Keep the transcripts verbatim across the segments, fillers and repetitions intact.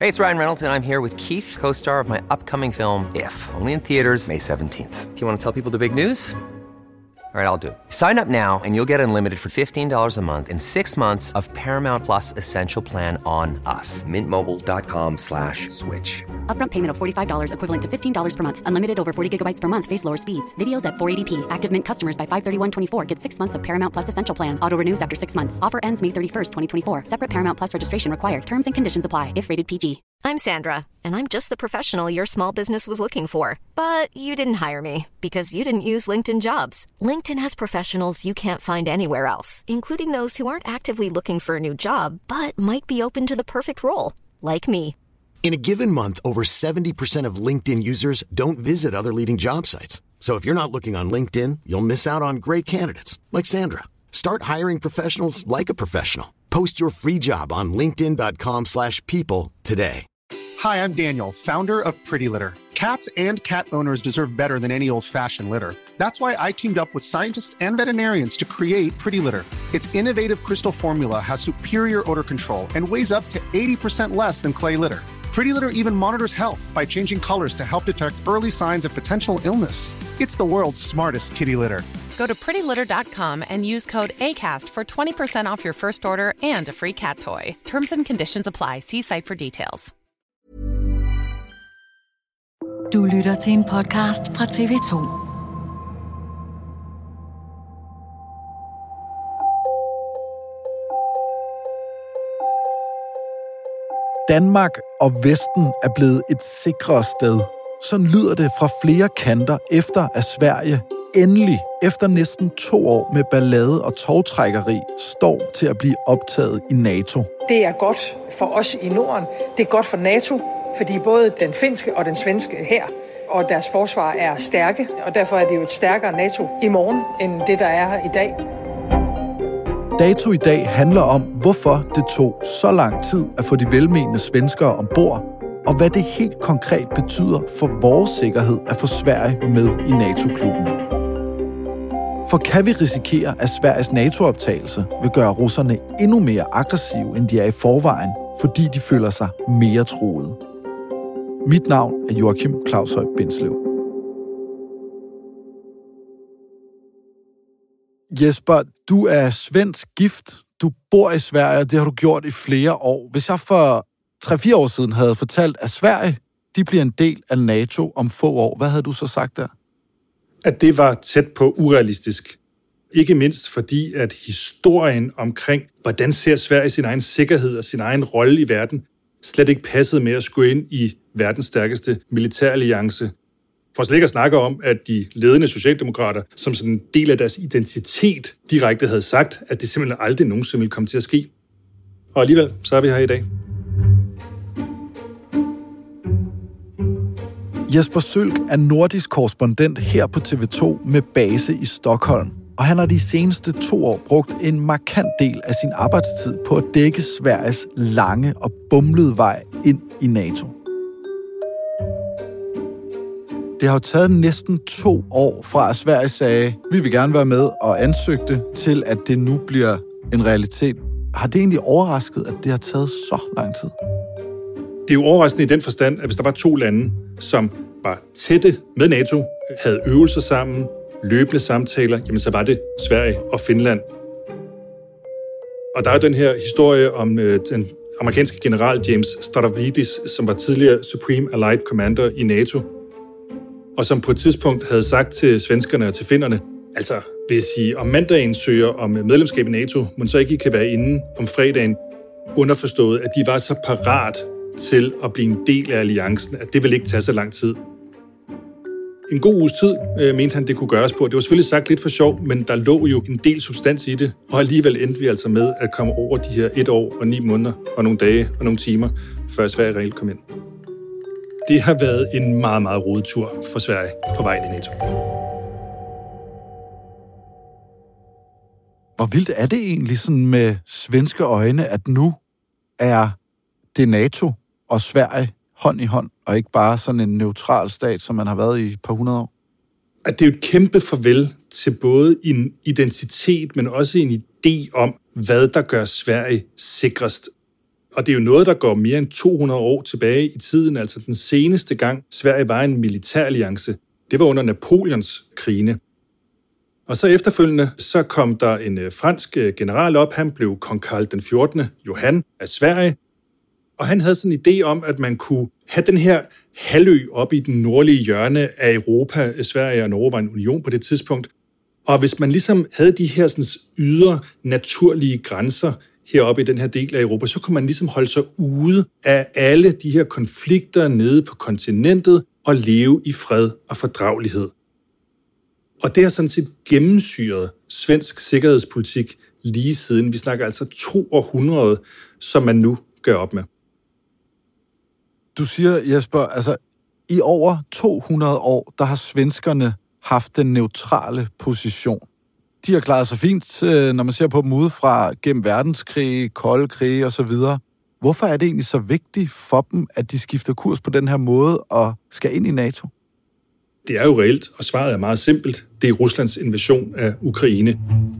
Hey, it's Ryan Reynolds, and I'm here with Keith, co-star of my upcoming film, If, only in theaters May seventeenth. Do you want to tell people the big news? All right, I'll do it. Sign up now and you'll get unlimited for fifteen dollars a month and six months of Paramount Plus Essential Plan on us. Mint Mobile dot com slash switch. Upfront payment of forty-five dollars equivalent to fifteen dollars per month. Unlimited over forty gigabytes per month. Face lower speeds. Videos at four eighty p. Active Mint customers by five thirty-one twenty-four get six months of Paramount Plus Essential Plan. Auto renews after six months. Offer ends May thirty-first, twenty twenty-four. Separate Paramount Plus registration required. Terms and conditions apply if rated P G. I'm Sandra, and I'm just the professional your small business was looking for. But you didn't hire me because you didn't use LinkedIn Jobs. LinkedIn has professionals you can't find anywhere else, including those who aren't actively looking for a new job, but might be open to the perfect role, like me. In a given month, over seventy percent of LinkedIn users don't visit other leading job sites. So if you're not looking on LinkedIn, you'll miss out on great candidates like Sandra. Start hiring professionals like a professional. Post your free job on linkedin dot com slash people today. Hi, I'm Daniel, founder of Pretty Litter. Cats and cat owners deserve better than any old-fashioned litter. That's why I teamed up with scientists and veterinarians to create Pretty Litter. Its innovative crystal formula has superior odor control and weighs up to eighty percent less than clay litter. Pretty Litter even monitors health by changing colors to help detect early signs of potential illness. It's the world's smartest kitty litter. Go to pretty litter dot com and use code ACAST for twenty percent off your first order and a free cat toy. Terms and conditions apply. See site for details. Du lytter til en podcast fra T V to. Danmark og Vesten er blevet et sikrere sted. Sådan lyder det fra flere kanter efter, at Sverige endelig, efter næsten to år med ballade og tovtrækkeri, står til at blive optaget i NATO. Det er godt for os i Norden. Det er godt for NATO, fordi både den finske og den svenske hær og deres forsvar er stærke, og derfor er det jo et stærkere NATO i morgen, end det, der er i dag. Dato i dag handler om, hvorfor det tog så lang tid at få de velmenende svenskere ombord, og hvad det helt konkret betyder for vores sikkerhed at få Sverige med i NATO-klubben. For kan vi risikere, at Sveriges NATO-optagelse vil gøre russerne endnu mere aggressive, end de er i forvejen, fordi de føler sig mere truede? Mit navn er Joachim Claushøj Bindslev. Jesper, du er svensk gift. Du bor i Sverige, og det har du gjort i flere år. Hvis jeg for tre fire år siden havde fortalt, at Sverige de bliver en del af NATO om få år, hvad havde du så sagt der? At det var tæt på urealistisk. Ikke mindst fordi, at historien omkring, hvordan ser Sverige sin egen sikkerhed og sin egen rolle i verden, slet ikke passede med at skulle ind i verdens stærkeste militæralliance. For slet ikke at snakke om, at de ledende socialdemokrater, som sådan en del af deres identitet, direkte havde sagt, at det simpelthen aldrig nogensinde ville komme til at ske. Og alligevel, så er vi her i dag. Jesper Sølk er nordisk korrespondent her på T V to med base i Stockholm. Og han har de seneste to år brugt en markant del af sin arbejdstid på at dække Sveriges lange og bumlede vej ind i NATO. Det har jo taget næsten to år fra, at Sverige sagde, vi vil gerne være med og ansøgte, til at det nu bliver en realitet. Har det egentlig overrasket, at det har taget så lang tid? Det er jo overraskende i den forstand, at hvis der var to lande, som var tætte med NATO, havde øvelser sammen, løbende samtaler, jamen så var det Sverige og Finland. Og der er den her historie om øh, den amerikanske general James Stavridis, som var tidligere Supreme Allied Commander i NATO, og som på et tidspunkt havde sagt til svenskerne og til finnerne, altså hvis I om mandagen søger om medlemskab i NATO, men så ikke I kan være inde om fredagen, underforstået, at de var så parat til at blive en del af alliancen, at det ville ikke tage så lang tid. En god uges tid, øh, mente han, det kunne gøres på. Det var selvfølgelig sagt lidt for sjov, men der lå jo en del substans i det, og alligevel endte vi altså med at komme over de her et år og ni måneder og nogle dage og nogle timer, før Sverige reelt kom ind. Det har været en meget, meget rodet tur for Sverige på vej i NATO. Hvor vildt er det egentlig sådan med svenske øjne, at nu er det NATO og Sverige hånd i hånd, og ikke bare sådan en neutral stat, som man har været i et par hundrede år? At det er jo et kæmpe farvel til både en identitet, men også en idé om, hvad der gør Sverige sikrest. Og det er jo noget, der går mere end to hundrede år tilbage i tiden. Altså den seneste gang Sverige var en militæralliance, det var under Napoleons krigene. Og så efterfølgende, så kom der en fransk general op. Han blev kong Karl den fjortende Johan af Sverige. Og han havde sådan en idé om, at man kunne have den her halvø op i den nordlige hjørne af Europa. Sverige og Norge var en union på det tidspunkt. Og hvis man ligesom havde de her sådan ydre naturlige grænser heroppe i den her del af Europa, så kunne man ligesom holde sig ude af alle de her konflikter nede på kontinentet og leve i fred og fordragelighed. Og det har sådan set gennemsyret svensk sikkerhedspolitik lige siden. Vi snakker altså to århundrede, som man nu gør op med. Du siger, Jesper, altså i over to hundrede år, der har svenskerne haft den neutrale position. De har klaret sig fint, når man ser på dem udefra, gennem verdenskrig, kolde krige osv. Hvorfor er det egentlig så vigtigt for dem, at de skifter kurs på den her måde og skal ind i NATO? Det er jo reelt, og svaret er meget simpelt. Det er Ruslands invasion af Ukraine.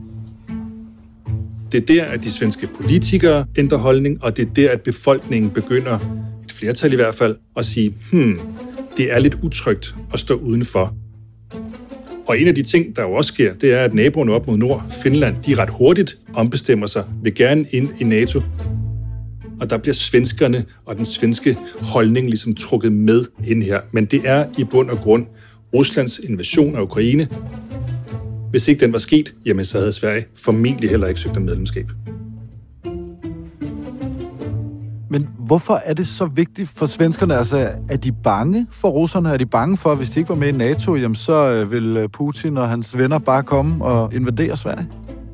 Det er der, at de svenske politikere ændrer holdning, og det er der, at befolkningen begynder, et flertal i hvert fald, at sige, hmm, det er lidt utrygt at stå udenfor. Og en af de ting, der jo også sker, det er, at naboerne op mod nord, Finland, de ret hurtigt ombestemmer sig, vil gerne ind i NATO. Og der bliver svenskerne og den svenske holdning ligesom trukket med ind her. Men det er i bund og grund Ruslands invasion af Ukraine. Hvis ikke den var sket, jamen så havde Sverige formentlig heller ikke søgt om medlemskab. Men hvorfor er det så vigtigt for svenskerne? Altså, er de bange for russerne? Er de bange for, at hvis de ikke var med i NATO, jamen så vil Putin og hans venner bare komme og invadere Sverige?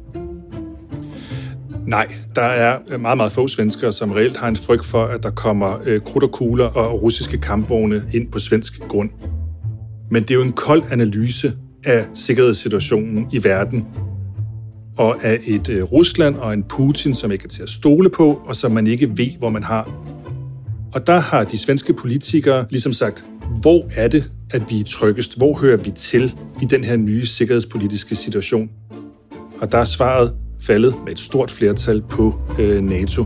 Nej, der er meget, meget få svenskere, som reelt har en frygt for, at der kommer øh, krudt og kugler og russiske kampvogne ind på svensk grund. Men det er jo en kold analyse af sikkerhedssituationen i verden, og af et øh, Rusland og en Putin, som ikke er til at stole på, og som man ikke ved, hvor man har. Og der har de svenske politikere ligesom sagt, hvor er det, at vi er tryggest? Hvor hører vi til i den her nye sikkerhedspolitiske situation? Og der er svaret faldet med et stort flertal på øh, NATO.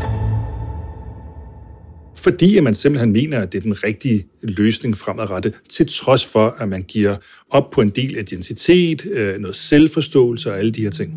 Fordi at man simpelthen mener, at det er den rigtige løsning fremadrettet, til trods for, at man giver op på en del identitet, øh, noget selvforståelse og alle de her ting.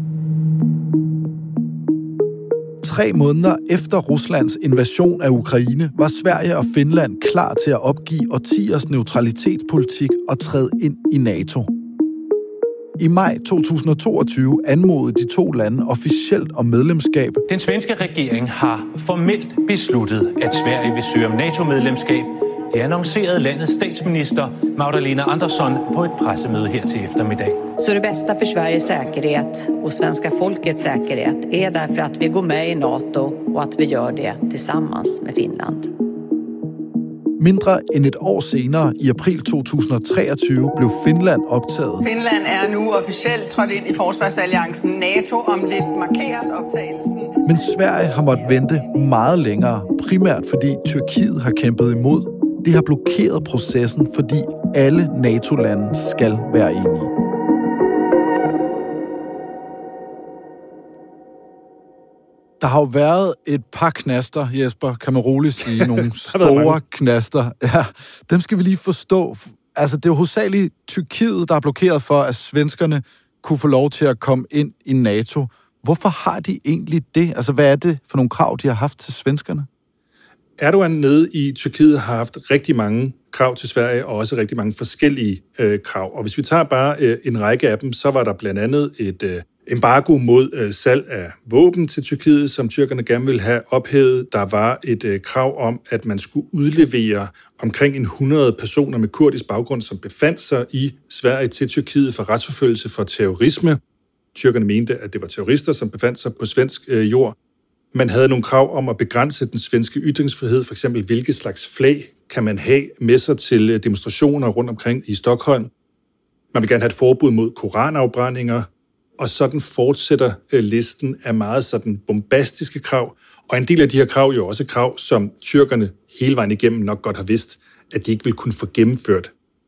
Tre måneder efter Ruslands invasion af Ukraine, var Sverige og Finland klar til at opgive årtiers neutralitetspolitik og træde ind i NATO. I maj to tusind og toogtyve anmodede de to lande officielt om medlemskab. Den svenske regering har formelt besluttet, at Sverige vil søge om NATO-medlemskab. Det annoncerede landets statsminister Magdalena Andersson på et pressemøde her til eftermiddag. Så det bedste for Sveriges säkerhet och svenska folkets säkerhet är därför att vi går med i NATO och att vi gör det tillsammans med Finland. Mindre end et år senere, i april to tusind og treogtyve, blev Finland optaget. Finland er nu officielt trådt ind i forsvarsalliancen NATO. Om lidt markeres optagelsen. Men Sverige har måttet vente meget længere, primært fordi Tyrkiet har kæmpet imod. Det har blokeret processen, fordi alle NATO-lande skal være enige. Der har jo været et par knaster, Jesper, kan man roligt sige. Nogle store knaster. Ja, dem skal vi lige forstå. Altså, det er jo hovedsageligt Tyrkiet, der har blokeret for, at svenskerne kunne få lov til at komme ind i NATO. Hvorfor har de egentlig det? Altså, hvad er det for nogle krav, de har haft til svenskerne? Erdogan nede i Tyrkiet har haft rigtig mange krav til Sverige, og også rigtig mange forskellige øh, krav. Og hvis vi tager bare øh, en række af dem, så var der blandt andet et øh, embargo mod øh, salg af våben til Tyrkiet, som tyrkerne gerne ville have ophævet. Der var et øh, krav om, at man skulle udlevere omkring en hundrede personer med kurdisk baggrund, som befandt sig i Sverige til Tyrkiet for retsforfølgelse for terrorisme. Tyrkerne mente, at det var terrorister, som befandt sig på svensk øh, jord. Man havde nogle krav om at begrænse den svenske ytringsfrihed, for eksempel hvilke slags flag kan man have med sig til demonstrationer rundt omkring i Stockholm. Man vil gerne have et forbud mod koranafbrændinger, og sådan fortsætter listen af meget sådan bombastiske krav. Og en del af de her krav er jo også krav, som tyrkerne hele vejen igennem nok godt har vidst, at de ikke vil kunne få gennemført.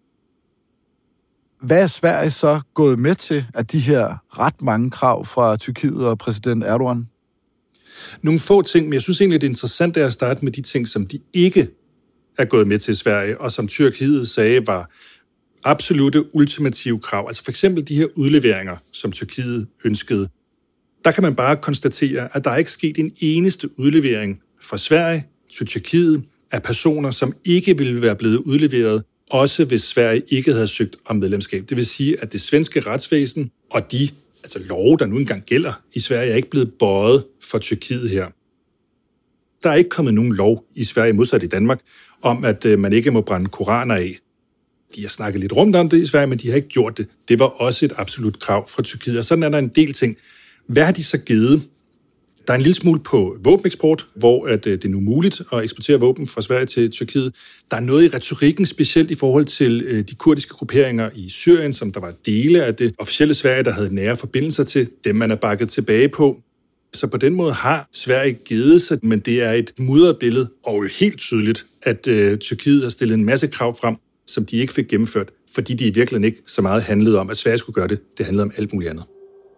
Hvad er Sverige så gået med til af de her ret mange krav fra Tyrkiet og præsident Erdogan? Nogle få ting, men jeg synes egentlig, det er interessant at starte med de ting, som de ikke er gået med til i Sverige, og som Tyrkiet sagde var absolute ultimative krav. Altså for eksempel de her udleveringer, som Tyrkiet ønskede. Der kan man bare konstatere, at der er ikke sket en eneste udlevering fra Sverige til Tyrkiet af personer, som ikke ville være blevet udleveret, også hvis Sverige ikke havde søgt om medlemskab. Det vil sige, at det svenske retsvæsen og de altså love, der nu engang gælder i Sverige, er ikke blevet bøjet for Tyrkiet her. Der er ikke kommet nogen lov i Sverige, modsat i Danmark, om at man ikke må brænde koraner af. De har snakket lidt rundt om det i Sverige, men de har ikke gjort det. Det var også et absolut krav fra Tyrkiet, og sådan er der en del ting. Hvad har de så givet? Der er en lille smule på våbeneksport, hvor at det er nu muligt at eksportere våben fra Sverige til Tyrkiet. Der er noget i retorikken, specielt i forhold til de kurdiske grupperinger i Syrien, som der var dele af det officielle Sverige, der havde nære forbindelser til, dem man er bakket tilbage på. Så på den måde har Sverige givet sig, men det er et mudret billede, og jo helt tydeligt, at øh, Tyrkiet har stillet en masse krav frem, som de ikke fik gennemført, fordi de i virkeligheden ikke så meget handlede om, at Sverige skulle gøre det. Det handlede om alt muligt andet.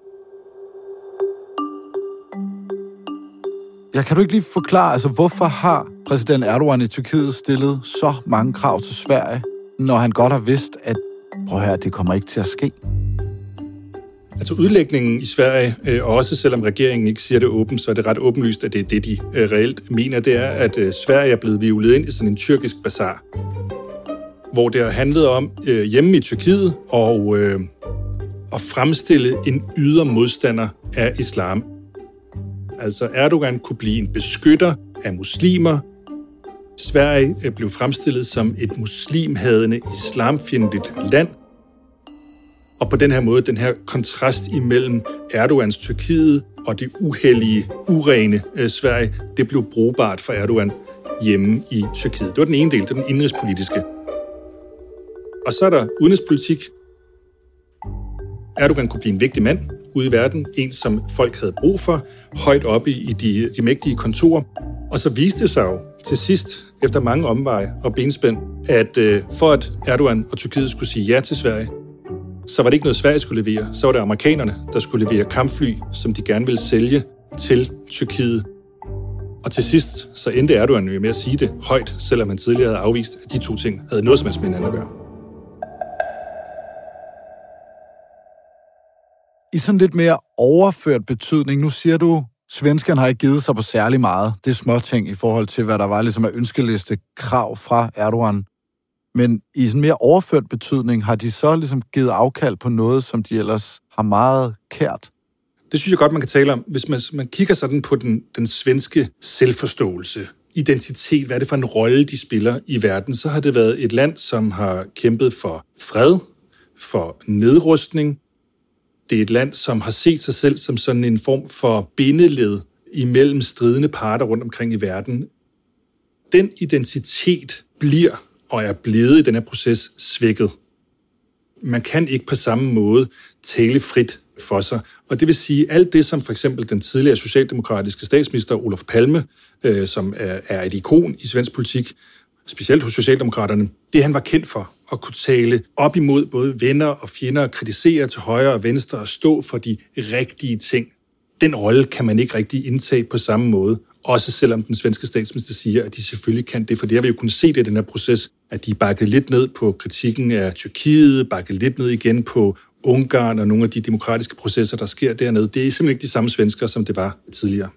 Jeg kan du ikke lige forklare, altså hvorfor har præsident Erdogan i Tyrkiet stillet så mange krav til Sverige, når han godt har vidst, at prøv her, det kommer ikke til at ske? Altså udlægningen i Sverige, øh, og også selvom regeringen ikke siger det åbent, så er det ret åbenlyst, at det er det, de øh, reelt mener, det er, at øh, Sverige er blevet violet ind i sådan en tyrkisk bazar, hvor det har handlet om øh, hjemme i Tyrkiet og øh, at fremstille en ydre modstander af islam. Altså Erdogan kunne blive en beskytter af muslimer. Sverige blev fremstillet som et muslimhadende, islamfjendtligt land. Og på den her måde, den her kontrast imellem Erdogans Tyrkiet og det uhellige, urene øh, Sverige, det blev brugbart for Erdogan hjemme i Tyrkiet. Det var den ene del, det var den indrigspolitiske. Og så er der udenrigspolitik. Erdogan kunne blive en vigtig mand ude i verden, en som folk havde brug for, højt oppe i de, de mægtige kontorer. Og så viste det sig jo til sidst, efter mange omveje og benspænd, at øh, for at Erdogan og Tyrkiet skulle sige ja til Sverige, så var det ikke noget, Sverige skulle levere. Så var det amerikanerne, der skulle levere kampfly, som de gerne ville sælge til Tyrkiet. Og til sidst, så endte Erdogan jo med at sige det højt, selvom han tidligere havde afvist, at de to ting havde noget som helst med hinanden at gøre. I sådan lidt mere overført betydning, nu siger du, svenskerne har ikke givet sig på særlig meget. Det er småting i forhold til, hvad der var ligesom af ønskeliste krav fra Erdogan. Men i sådan mere overført betydning, har de så ligesom givet afkald på noget, som de ellers har meget kært? Det synes jeg godt, man kan tale om. Hvis man, man kigger sådan på den, den svenske selvforståelse, identitet, hvad er det for en rolle, de spiller i verden, så har det været et land, som har kæmpet for fred, for nedrustning. Det er et land, som har set sig selv som sådan en form for bindeled imellem stridende parter rundt omkring i verden. Den identitet bliver og er blevet i den her proces svækket. Man kan ikke på samme måde tale frit for sig. Og det vil sige, alt det, som for eksempel den tidligere socialdemokratiske statsminister Olof Palme, øh, som er, er et ikon i svensk politik, specielt hos Socialdemokraterne, det han var kendt for, at kunne tale op imod både venner og fjender, og kritisere til højre og venstre og stå for de rigtige ting. Den rolle kan man ikke rigtig indtage på samme måde, også selvom den svenske statsminister siger, at de selvfølgelig kan det, for det har vi jo kunnet se det i den her proces, at de bakkede lidt ned på kritikken af Tyrkiet, bakkede lidt ned igen på Ungarn og nogle af de demokratiske processer, der sker dernede. Det er simpelthen ikke de samme svenskere, som det var tidligere.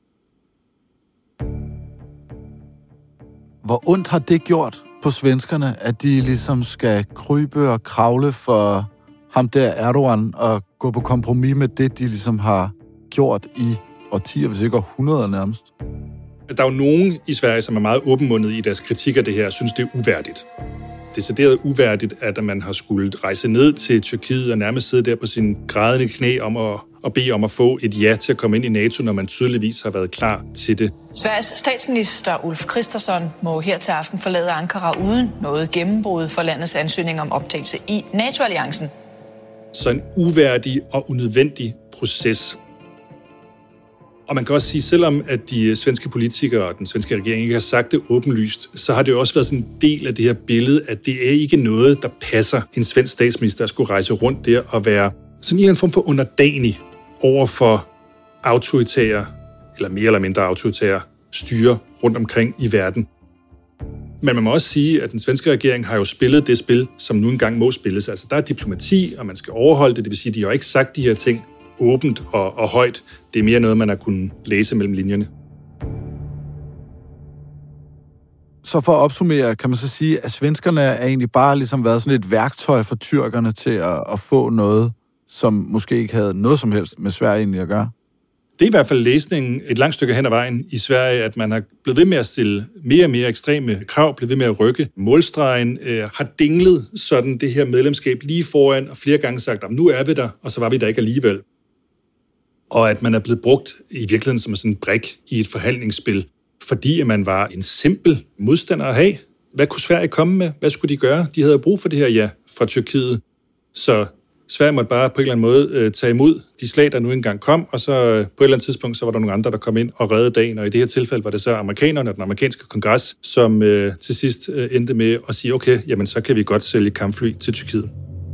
Hvor ondt har det gjort på svenskerne, at de ligesom skal krybe og kravle for ham der Erdogan og gå på kompromis med det, de ligesom har gjort i årtier, hvis ikke århundreder nærmest? Der er jo nogen i Sverige, som er meget åbenmundet i deres kritik af det her, og synes, det er uværdigt. Decideret uværdigt, at man har skulle rejse ned til Tyrkiet og nærmest sidde der på sin grædende knæ om at, at bede om at få et ja til at komme ind i NATO, når man tydeligvis har været klar til det. Sveriges statsminister Ulf Kristersson må her til aften forlade Ankara uden noget gennembrud for landets ansøgning om optagelse i NATO-alliancen. Så en uværdig og unødvendig proces. Og man kan også sige, selvom at de svenske politikere og den svenske regering ikke har sagt det åbenlyst, så har det jo også været sådan en del af det her billede, at det er ikke noget, der passer en svensk statsminister at skulle rejse rundt der og være sådan en eller anden form for underdanig over for autoritære eller mere eller mindre autoritære styre rundt omkring i verden. Men man må også sige, at den svenske regering har jo spillet det spil, som nu engang må spilles. Altså, der er diplomati, og man skal overholde det. Det vil sige, at de har ikke sagt de her ting åbent og, og højt. Det er mere noget, man har kunnet læse mellem linjerne. Så for at opsummere, kan man så sige, at svenskerne er egentlig bare ligesom været sådan et værktøj for tyrkerne til at, at få noget, som måske ikke havde noget som helst med Sverige egentlig at gøre? Det er i hvert fald læsningen et langt stykke hen ad vejen i Sverige, at man har blevet ved med at stille mere og mere ekstreme krav, blevet ved med at rykke. Målstregen øh, har dinglet sådan det her medlemskab lige foran, og flere gange sagt, nu er vi der, og så var vi der ikke alligevel. Og at man er blevet brugt i virkeligheden som sådan en brik i et forhandlingsspil, fordi man var en simpel modstander at have. Hvad kunne Sverige komme med? Hvad skulle de gøre? De havde brug for det her ja fra Tyrkiet. Så Sverige måtte bare på en eller anden måde øh, tage imod de slag, der nu engang kom, og så øh, på et eller andet tidspunkt, så var der nogle andre, der kom ind og reddede dagen, og i det her tilfælde var det så amerikanerne og den amerikanske kongres, som øh, til sidst øh, endte med at sige, okay, jamen så kan vi godt sælge kampfly til Tyrkiet.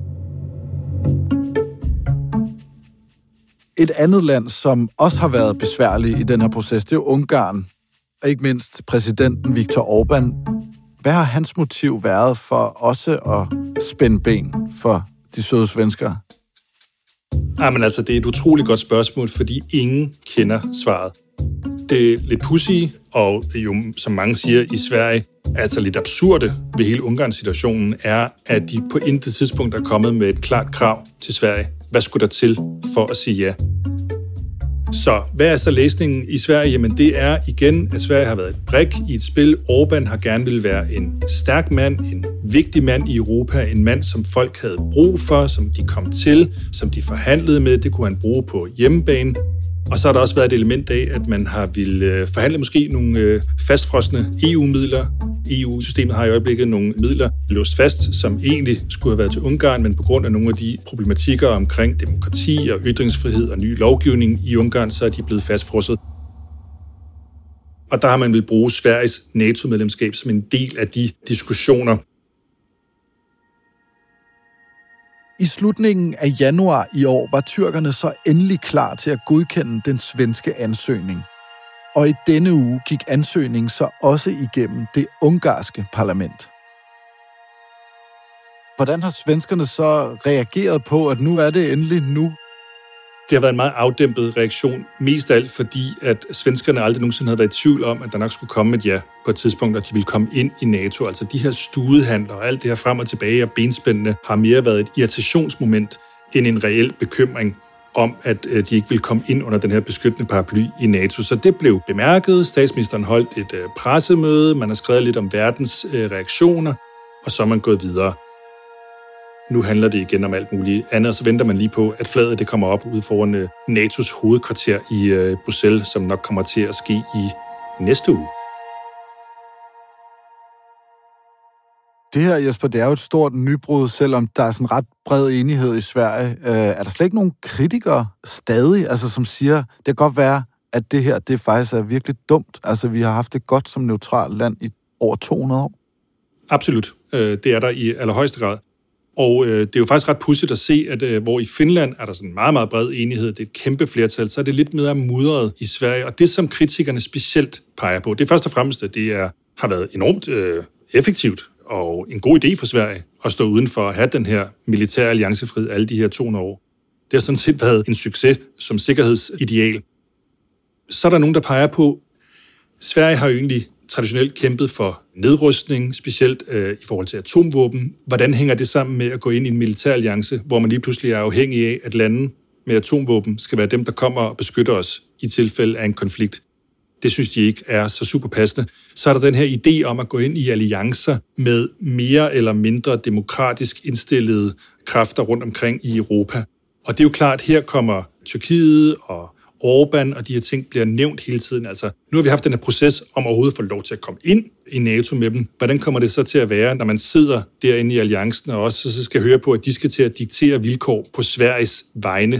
Et andet land, som også har været besværlig i den her proces, det er Ungarn, og ikke mindst præsidenten Viktor Orbán. Hvad har hans motiv været for også at spænde ben for de søde svenskere? Ah, men altså, det er et utroligt godt spørgsmål, fordi ingen kender svaret. Det er lidt pudsige, og jo, som mange siger i Sverige, altså lidt absurde ved hele Ungarns situationen, er, at de på intet tidspunkt er kommet med et klart krav til Sverige. Hvad skulle der til for at sige ja? Så hvad er så læsningen i Sverige? Jamen det er igen, at Sverige har været et brik i et spil. Orbán har gerne vil være en stærk mand, en vigtig mand i Europa, en mand, som folk havde brug for, som de kom til, som de forhandlede med. Det kunne han bruge på hjemmebane. Og så har der også været et element af, at man har ville forhandle måske nogle fastfrosne E U-midler. E U-systemet har i øjeblikket nogle midler låst fast, som egentlig skulle have været til Ungarn, men på grund af nogle af de problematikker omkring demokrati og ytringsfrihed og ny lovgivning i Ungarn, så er de blevet fastfrosset. Og der har man vil bruge Sveriges NATO-medlemskab som en del af de diskussioner. I slutningen af januar i år var tyrkerne så endelig klar til at godkende den svenske ansøgning. Og i denne uge gik ansøgningen så også igennem det ungarske parlament. Hvordan har svenskerne så reageret på, at nu er det endelig nu? Det har været en meget afdæmpet reaktion, mest af alt fordi, at svenskerne aldrig nogensinde havde været i tvivl om, at der nok skulle komme et ja på et tidspunkt, og de ville komme ind i NATO. Altså de her studehandler og alt det her frem og tilbage og benspændene har mere været et irritationsmoment end en reel bekymring om, at de ikke ville komme ind under den her beskyttende paraply i NATO. Så det blev bemærket. Statsministeren holdt et pressemøde, man har skrevet lidt om verdens reaktioner, og så er man gået videre. Nu handler det igen om alt muligt andet, og så venter man lige på, at flaget det kommer op ude foran N A T O's hovedkvarter i Bruxelles, som nok kommer til at ske i næste uge. Det her, Jesper, det er jo et stort nybrud, selvom der er sådan ret bred enighed i Sverige. Er der slet ikke nogen kritikere stadig, altså, som siger, det kan godt være, at det her det faktisk er virkelig dumt? Altså, vi har haft det godt som neutralt land i over to hundrede år. Absolut. Det er der i allerhøjeste grad. Og øh, det er jo faktisk ret pudsigt at se, at øh, hvor i Finland er der sådan en meget, meget bred enighed, det er et kæmpe flertal, så er det lidt mere mudret i Sverige. Og det, som kritikerne specielt peger på, det er først og fremmest, at det er, har været enormt øh, effektivt og en god idé for Sverige at stå uden for at have den her militære alliancefrihed alle de her to hundrede år. Det har sådan set været en succes som sikkerhedsideal. Så er der nogen, der peger på, at Sverige har jo egentlig traditionelt kæmpet for nedrustning, specielt øh, i forhold til atomvåben. Hvordan hænger det sammen med at gå ind i en militær alliance, hvor man lige pludselig er afhængig af, at lande med atomvåben skal være dem, der kommer og beskytter os i tilfælde af en konflikt? Det synes de ikke er så super passende. Så er der den her idé om at gå ind i alliancer med mere eller mindre demokratisk indstillede kræfter rundt omkring i Europa. Og det er jo klart, her kommer Tyrkiet og Orbán og de her ting bliver nævnt hele tiden. Altså, nu har vi haft den her proces om overhovedet at få lov til at komme ind i NATO med dem. Hvordan kommer det så til at være, når man sidder derinde i alliancen og også så skal høre på, at de skal til at diktere vilkår på Sveriges vegne?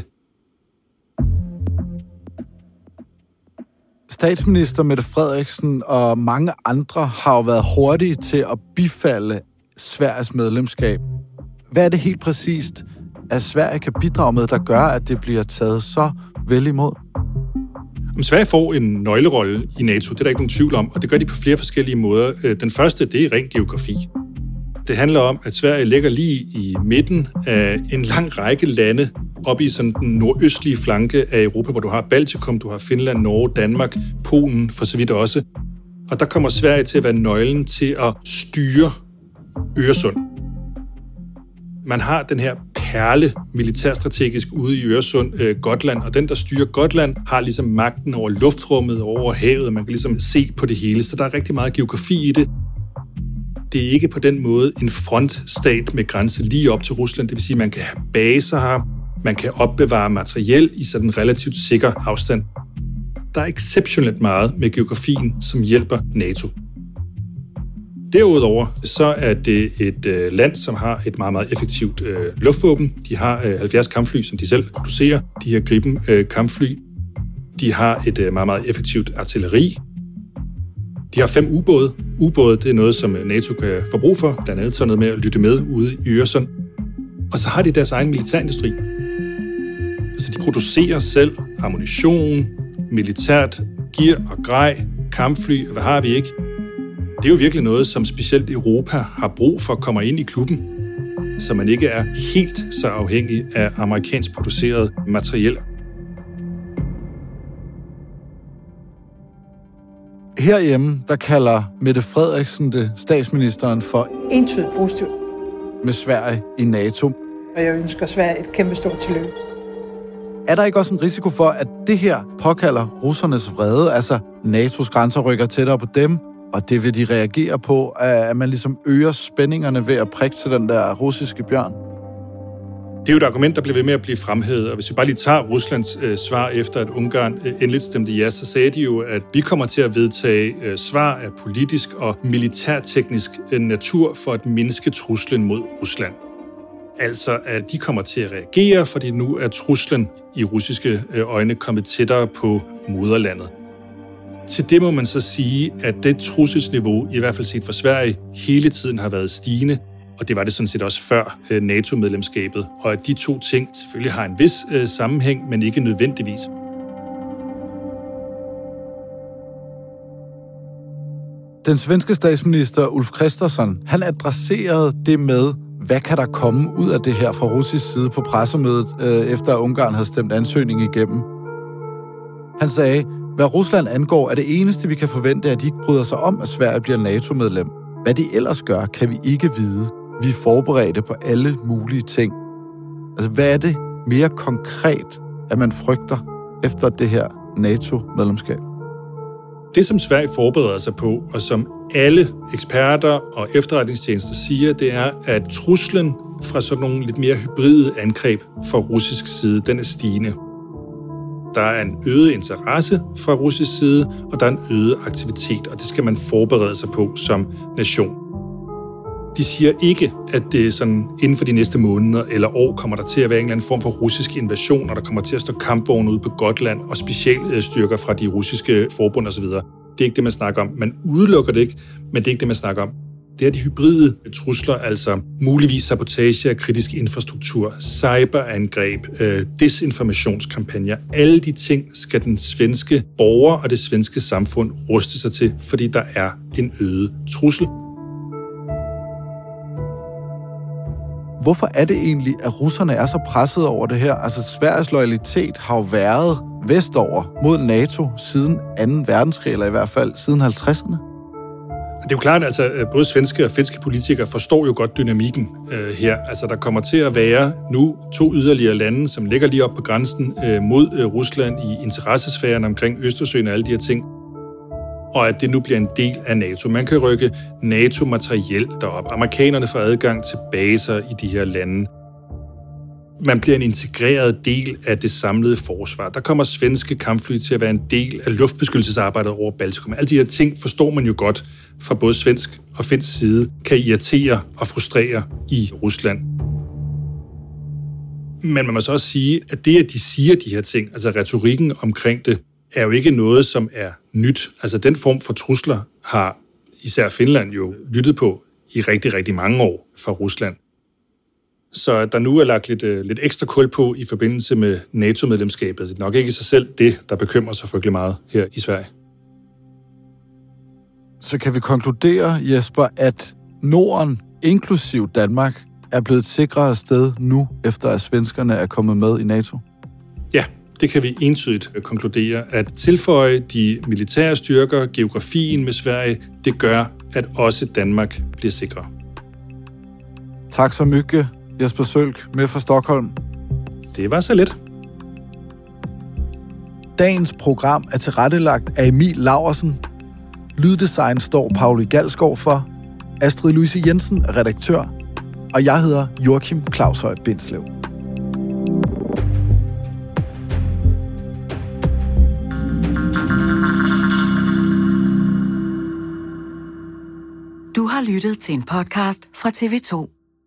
Statsminister Mette Frederiksen og mange andre har jo været hurtige til at bifalde Sveriges medlemskab. Hvad er det helt præcist, at Sverige kan bidrage med, der gør, at det bliver taget så vel imod? Om Sverige får en nøglerolle i NATO, det er der ikke nogen tvivl om, og det gør de på flere forskellige måder. Den første, det er ren geografi. Det handler om, at Sverige ligger lige i midten af en lang række lande op i sådan den nordøstlige flanke af Europa, hvor du har Baltikum, du har Finland, Norge, Danmark, Polen for så vidt også. Og der kommer Sverige til at være nøglen til at styre Øresund. Man har den her perle militærstrategisk ude i Øresund, øh, Gotland, og den, der styrer Gotland, har ligesom magten over luftrummet, over havet, man kan ligesom se på det hele, så der er rigtig meget geografi i det. Det er ikke på den måde en frontstat med grænse lige op til Rusland, det vil sige, at man kan have baser her, man kan opbevare materiel i sådan en relativt sikker afstand. Der er exceptionelt meget med geografien, som hjælper NATO. Derudover så er det et øh, land, som har et meget, meget effektivt øh, luftvåben. De har øh, halvfjerds kampfly, som de selv producerer. De her Gripen øh, kampfly. De har et øh, meget, meget effektivt artilleri. De har fem ubåde. Ubåde, det er noget, som NATO kan få brug for. Blandt andet sådan noget med at lytte med ude i Øresund. Og så har de deres egen militærindustri. Altså de producerer selv ammunition, militært gear og grej, kampfly, hvad har vi ikke? Det er jo virkelig noget, som specielt Europa har brug for at komme ind i klubben, så man ikke er helt så afhængig af amerikansk produceret materiel. Herhjemme, der kalder Mette Frederiksen det statsministeren for entydigt positivt med Sverige i NATO. Og jeg ønsker Sverige et kæmpe stort tillykke. Er der ikke også en risiko for, at det her påkalder russernes vrede, altså N A T O's grænser rykker tættere på dem, og det vil de reagere på, at man ligesom øger spændingerne ved at prikke til den der russiske bjørn? Det er jo et argument, der bliver ved med at blive fremhævet, og hvis vi bare lige tager Ruslands øh, svar efter, at Ungarn øh, endeligt stemte ja, så sagde de jo, at vi kommer til at vedtage øh, svar af politisk og militærteknisk øh, natur for at mindske truslen mod Rusland. Altså, at de kommer til at reagere, fordi nu er truslen i russiske øh, øjne kommet tættere på moderlandet. Til det må man så sige, at det trusselsniveau, i hvert fald set for Sverige, hele tiden har været stigende, og det var det sådan set også før NATO-medlemskabet, og at de to ting selvfølgelig har en vis øh, sammenhæng, men ikke nødvendigvis. Den svenske statsminister Ulf Kristersson, han adresserede det med, hvad kan der komme ud af det her fra russisk side på pressemødet, øh, efter at Ungarn havde stemt ansøgning igennem. Han sagde, hvad Rusland angår, er det eneste, vi kan forvente, at de ikke bryder sig om, at Sverige bliver NATO-medlem. Hvad de ellers gør, kan vi ikke vide. Vi er forberedte på alle mulige ting. Altså, hvad er det mere konkret, at man frygter efter det her NATO-medlemskab? Det, som Sverige forbereder sig på, og som alle eksperter og efterretningstjenester siger, det er, at truslen fra sådan nogle lidt mere hybride angreb fra russisk side, den er stigende. Der er en øget interesse fra russisk side, og der er en øget aktivitet, og det skal man forberede sig på som nation. De siger ikke, at det sådan inden for de næste måneder eller år kommer der til at være en eller anden form for russisk invasion, og der kommer til at stå kampvogne ude på Gotland og specialstyrker fra de russiske forbund osv. Det er ikke det, man snakker om. Man udelukker det ikke, men det er ikke det, man snakker om. Det er de hybride trusler, altså muligvis sabotage af kritisk infrastruktur, cyberangreb, øh, desinformationskampagner. Alle de ting skal den svenske borger og det svenske samfund ruste sig til, fordi der er en øget trussel. Hvorfor er det egentlig, at russerne er så presset over det her? Altså, Sveriges loyalitet har jo været vestover mod NATO siden anden verdenskrig, eller i hvert fald siden halvtredserne. Det er jo klart, at altså, både svenske og finske politikere forstår jo godt dynamikken øh, her. Altså, der kommer til at være nu to yderligere lande, som ligger lige op på grænsen øh, mod øh, Rusland i interessesfæren omkring Østersøen og alle de her ting. Og at det nu bliver en del af NATO. Man kan rykke NATO-materiel derop. Amerikanerne får adgang til baser i de her lande. Man bliver en integreret del af det samlede forsvar. Der kommer svenske kampfly til at være en del af luftbeskyttelsesarbejdet over Baltikum. Alle de her ting forstår man jo godt fra både svensk og finsk side, kan irritere og frustrere i Rusland. Men man må så også sige, at det, at de siger de her ting, altså retorikken omkring det, er jo ikke noget, som er nyt. Altså den form for trusler har især Finland jo lyttet på i rigtig, rigtig mange år fra Rusland. Så der nu er lagt lidt, øh, lidt ekstra kul på i forbindelse med NATO-medlemskabet. Det er nok ikke i sig selv det, der bekymrer sig frygtelig meget her i Sverige. Så kan vi konkludere, Jesper, at Norden, inklusiv Danmark, er blevet et sikrere sted nu, efter at svenskerne er kommet med i NATO? Ja, det kan vi entydigt konkludere. At tilføje de militære styrker, geografien med Sverige, det gør, at også Danmark bliver sikrere. Tak så mycket, Jesper Sølk, med fra Stockholm. Det var så lidt. Dagens program er tilrettelagt af Emil Laursen. Lyddesign står Pauli Galskov for. Astrid Louise Jensen er redaktør. Og jeg hedder Joachim Claushøj Bindslev. Du har lyttet til en podcast fra T V to.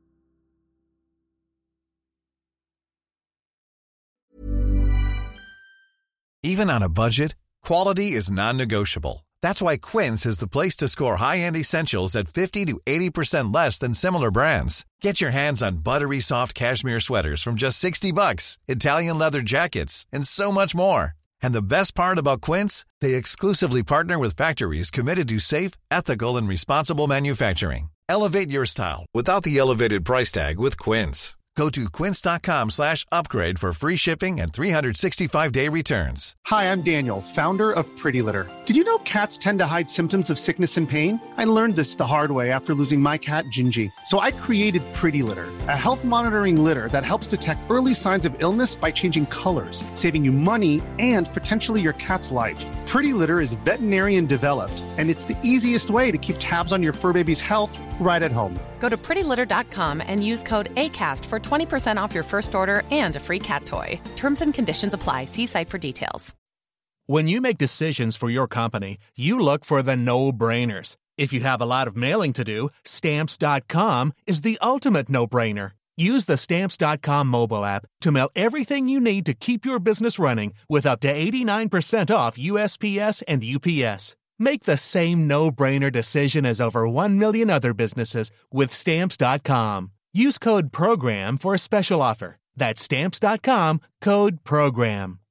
Even on a budget, quality is non-negotiable. That's why Quince is the place to score high-end essentials at fifty to eighty percent less than similar brands. Get your hands on buttery soft cashmere sweaters from just sixty bucks, Italian leather jackets, and so much more. And the best part about Quince, they exclusively partner with factories committed to safe, ethical, and responsible manufacturing. Elevate your style without the elevated price tag with Quince. Go to quince.com slash upgrade for free shipping and three sixty-five day returns. Hi, I'm Daniel, founder of Pretty Litter. Did you know cats tend to hide symptoms of sickness and pain? I learned this the hard way after losing my cat, Gingy. So I created Pretty Litter, a health monitoring litter that helps detect early signs of illness by changing colors, saving you money and potentially your cat's life. Pretty Litter is veterinarian developed, and it's the easiest way to keep tabs on your fur baby's health right at home. Go to pretty litter dot com and use code ACAST for twenty percent off your first order and a free cat toy. Terms and conditions apply. See site for details. When you make decisions for your company, you look for the no-brainers. If you have a lot of mailing to do, stamps dot com is the ultimate no-brainer. Use the stamps dot com mobile app to mail everything you need to keep your business running with up to eighty-nine percent off U S P S and U P S. Make the same no-brainer decision as over one million other businesses with stamps dot com. Use code PROGRAM for a special offer. That's stamps dot com, code PROGRAM.